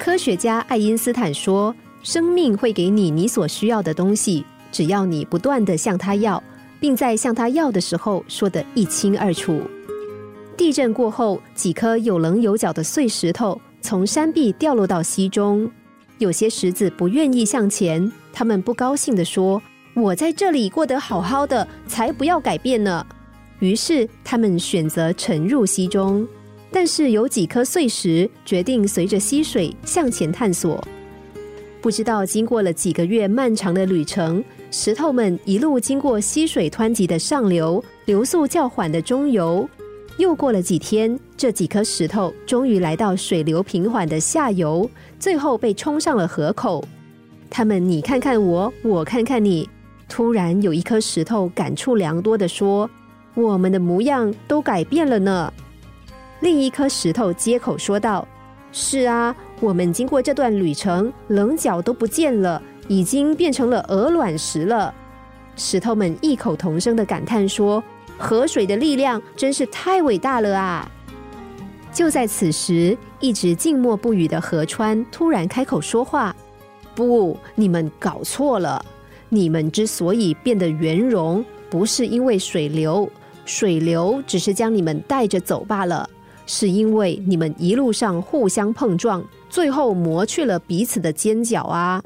科学家爱因斯坦说，生命会给你所需要的东西，只要你不断地向它要，并在向它要的时候说得一清二楚。地震过后，几颗有棱有角的碎石头从山壁掉落到溪中，有些石子不愿意向前，他们不高兴地说，我在这里过得好好的，才不要改变呢。于是他们选择沉入溪中，但是有几颗碎石决定随着溪水向前探索。不知道经过了几个月漫长的旅程，石头们一路经过溪水湍急的上流，流速较缓的中游。又过了几天，这几颗石头终于来到水流平缓的下游，最后被冲上了河口。他们你看看我，我看看你，突然有一颗石头感触良多地说，我们的模样都改变了呢。另一颗石头接口说道，是啊，我们经过这段旅程，棱角都不见了，已经变成了鹅卵石了。石头们异口同声地感叹说，河水的力量真是太伟大了啊！就在此时，一直静默不语的河川突然开口说话，不，你们搞错了，你们之所以变得圆融，不是因为水流，水流只是将你们带着走罢了，是因为你们一路上互相碰撞，最后磨去了彼此的尖角啊。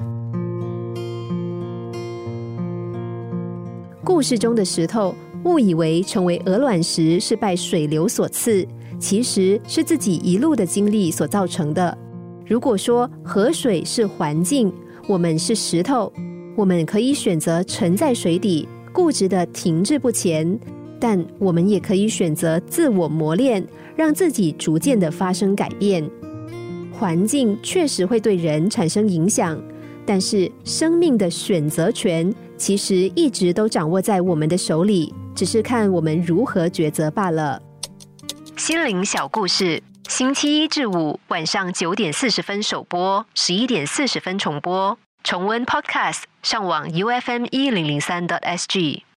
故事中的石头误以为成为鹅卵石是拜水流所赐，其实是自己一路的经历所造成的。如果说河水是环境，我们是石头，我们可以选择沉在水底，固执的停滞不前，但我们也可以选择自我磨练，让自己逐渐的发生改变。环境确实会对人产生影响，但是生命的选择权其实一直都掌握在我们的手里，只是看我们如何抉择罢了。心灵小故事，星期一至五晚上9点40分首播，11点40分重播。重温 Podcast， 上网 UFM1003.SG。